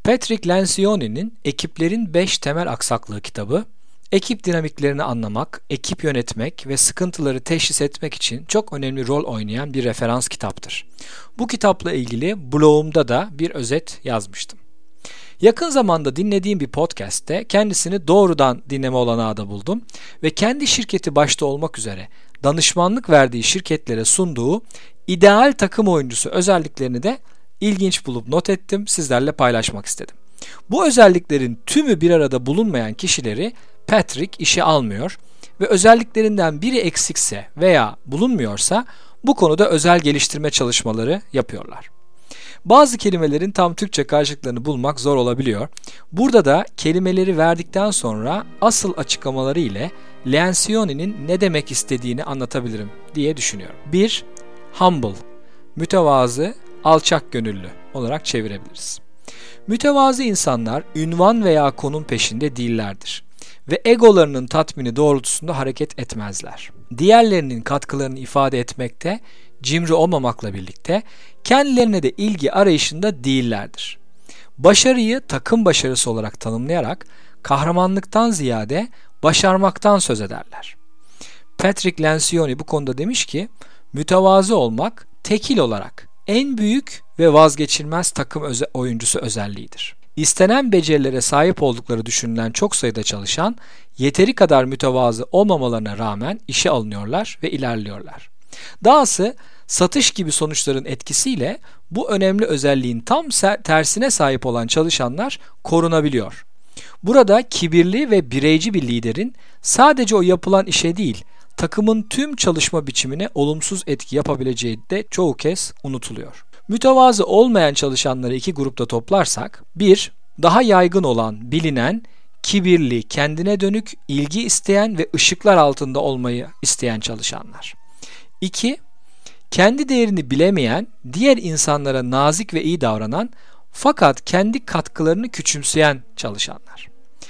Patrick Lencioni'nin Ekiplerin 5 Temel Aksaklığı kitabı, ekip dinamiklerini anlamak, ekip yönetmek ve sıkıntıları teşhis etmek için çok önemli rol oynayan bir referans kitaptır. Bu kitapla ilgili blogumda da bir özet yazmıştım. Yakın zamanda dinlediğim bir podcast'te kendisini doğrudan dinleme olanağı da buldum ve kendi şirketi başta olmak üzere danışmanlık verdiği şirketlere sunduğu ideal takım oyuncusu özelliklerini de ilginç bulup not ettim, sizlerle paylaşmak istedim. Bu özelliklerin tümü bir arada bulunmayan kişileri Patrick işe almıyor ve özelliklerinden biri eksikse veya bulunmuyorsa bu konuda özel geliştirme çalışmaları yapıyorlar. Bazı kelimelerin tam Türkçe karşılıklarını bulmak zor olabiliyor. Burada da kelimeleri verdikten sonra asıl açıklamaları ile Lencioni'nin ne demek istediğini anlatabilirim diye düşünüyorum. 1. Humble, mütevazı, alçak gönüllü olarak çevirebiliriz. Mütevazı insanlar ünvan veya konum peşinde değillerdir ve egolarının tatmini doğrultusunda hareket etmezler. Diğerlerinin katkılarını ifade etmekte cimri olmamakla birlikte kendilerine de ilgi arayışında değillerdir. Başarıyı takım başarısı olarak tanımlayarak kahramanlıktan ziyade başarmaktan söz ederler. Patrick Lencioni bu konuda demiş ki, mütevazı olmak tekil olarak en büyük ve vazgeçilmez takım oyuncusu özelliğidir. İstenen becerilere sahip oldukları düşünülen çok sayıda çalışan yeteri kadar mütevazı olmamalarına rağmen işe alınıyorlar ve ilerliyorlar. Dahası satış gibi sonuçların etkisiyle bu önemli özelliğin tam tersine sahip olan çalışanlar korunabiliyor. Burada kibirli ve bireyci bir liderin sadece o yapılan işe değil, takımın tüm çalışma biçimine olumsuz etki yapabileceği de çoğu kez unutuluyor. Mütevazı olmayan çalışanları iki grupta toplarsak, 1. Daha yaygın olan, bilinen, kibirli, kendine dönük, ilgi isteyen ve ışıklar altında olmayı isteyen çalışanlar. 2. Kendi değerini bilemeyen, diğer insanlara nazik ve iyi davranan fakat kendi katkılarını küçümseyen çalışanlar.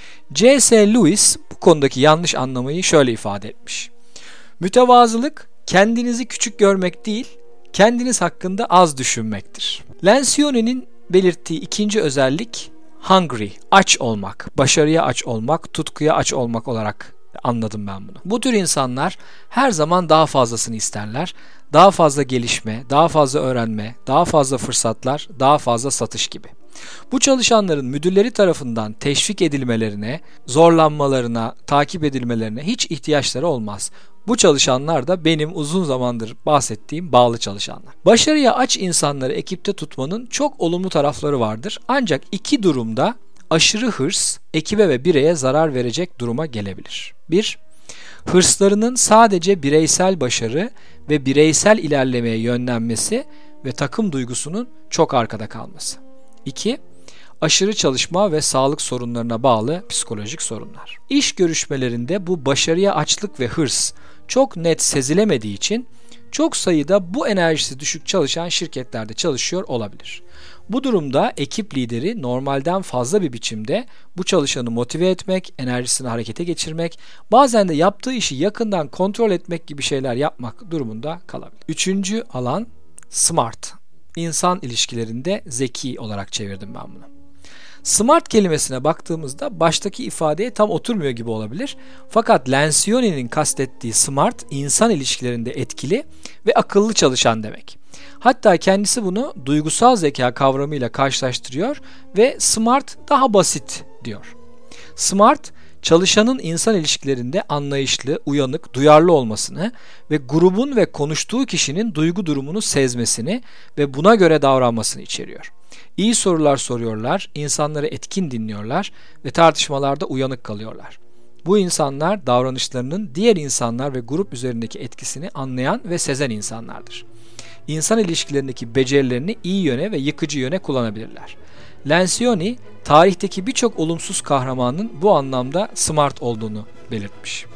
C.S. Lewis bu konudaki yanlış anlamayı şöyle ifade etmiş. Mütevazılık kendinizi küçük görmek değil, kendiniz hakkında az düşünmektir. Lencioni'nin belirttiği ikinci özellik hungry, aç olmak, başarıya aç olmak, tutkuya aç olmak olarak anladım ben bunu. Bu tür insanlar her zaman daha fazlasını isterler. Daha fazla gelişme, daha fazla öğrenme, daha fazla fırsatlar, daha fazla satış gibi. Bu çalışanların müdürleri tarafından teşvik edilmelerine, zorlanmalarına, takip edilmelerine hiç ihtiyaçları olmaz. Bu çalışanlar da benim uzun zamandır bahsettiğim bağlı çalışanlar. Başarıya aç insanları ekipte tutmanın çok olumlu tarafları vardır. Ancak iki durumda aşırı hırs ekibe ve bireye zarar verecek duruma gelebilir. 1. Hırslarının sadece bireysel başarı ve bireysel ilerlemeye yönlenmesi ve takım duygusunun çok arkada kalması. 2. Aşırı çalışma ve sağlık sorunlarına bağlı psikolojik sorunlar. İş görüşmelerinde bu başarıya açlık ve hırs çok net sezilemediği için çok sayıda bu enerjisi düşük çalışan şirketlerde çalışıyor olabilir. Bu durumda ekip lideri normalden fazla bir biçimde bu çalışanı motive etmek, enerjisini harekete geçirmek, bazen de yaptığı işi yakından kontrol etmek gibi şeyler yapmak durumunda kalabilir. Üçüncü alan smart. İnsan ilişkilerinde zeki olarak çevirdim ben bunu. Smart kelimesine baktığımızda baştaki ifadeye tam oturmuyor gibi olabilir. Fakat Lencioni'nin kastettiği smart, insan ilişkilerinde etkili ve akıllı çalışan demek. Hatta kendisi bunu duygusal zeka kavramıyla karşılaştırıyor ve smart daha basit diyor. Smart, çalışanın insan ilişkilerinde anlayışlı, uyanık, duyarlı olmasını ve grubun ve konuştuğu kişinin duygu durumunu sezmesini ve buna göre davranmasını içeriyor. İyi sorular soruyorlar, insanları etkin dinliyorlar ve tartışmalarda uyanık kalıyorlar. Bu insanlar davranışlarının diğer insanlar ve grup üzerindeki etkisini anlayan ve sezen insanlardır. İnsan ilişkilerindeki becerilerini iyi yöne ve yıkıcı yöne kullanabilirler. Lencioni, tarihteki birçok olumsuz kahramanın bu anlamda smart olduğunu belirtmiş.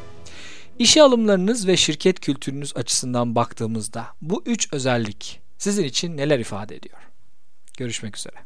İşe alımlarınız ve şirket kültürünüz açısından baktığımızda bu üç özellik sizin için neler ifade ediyor? Görüşmek üzere.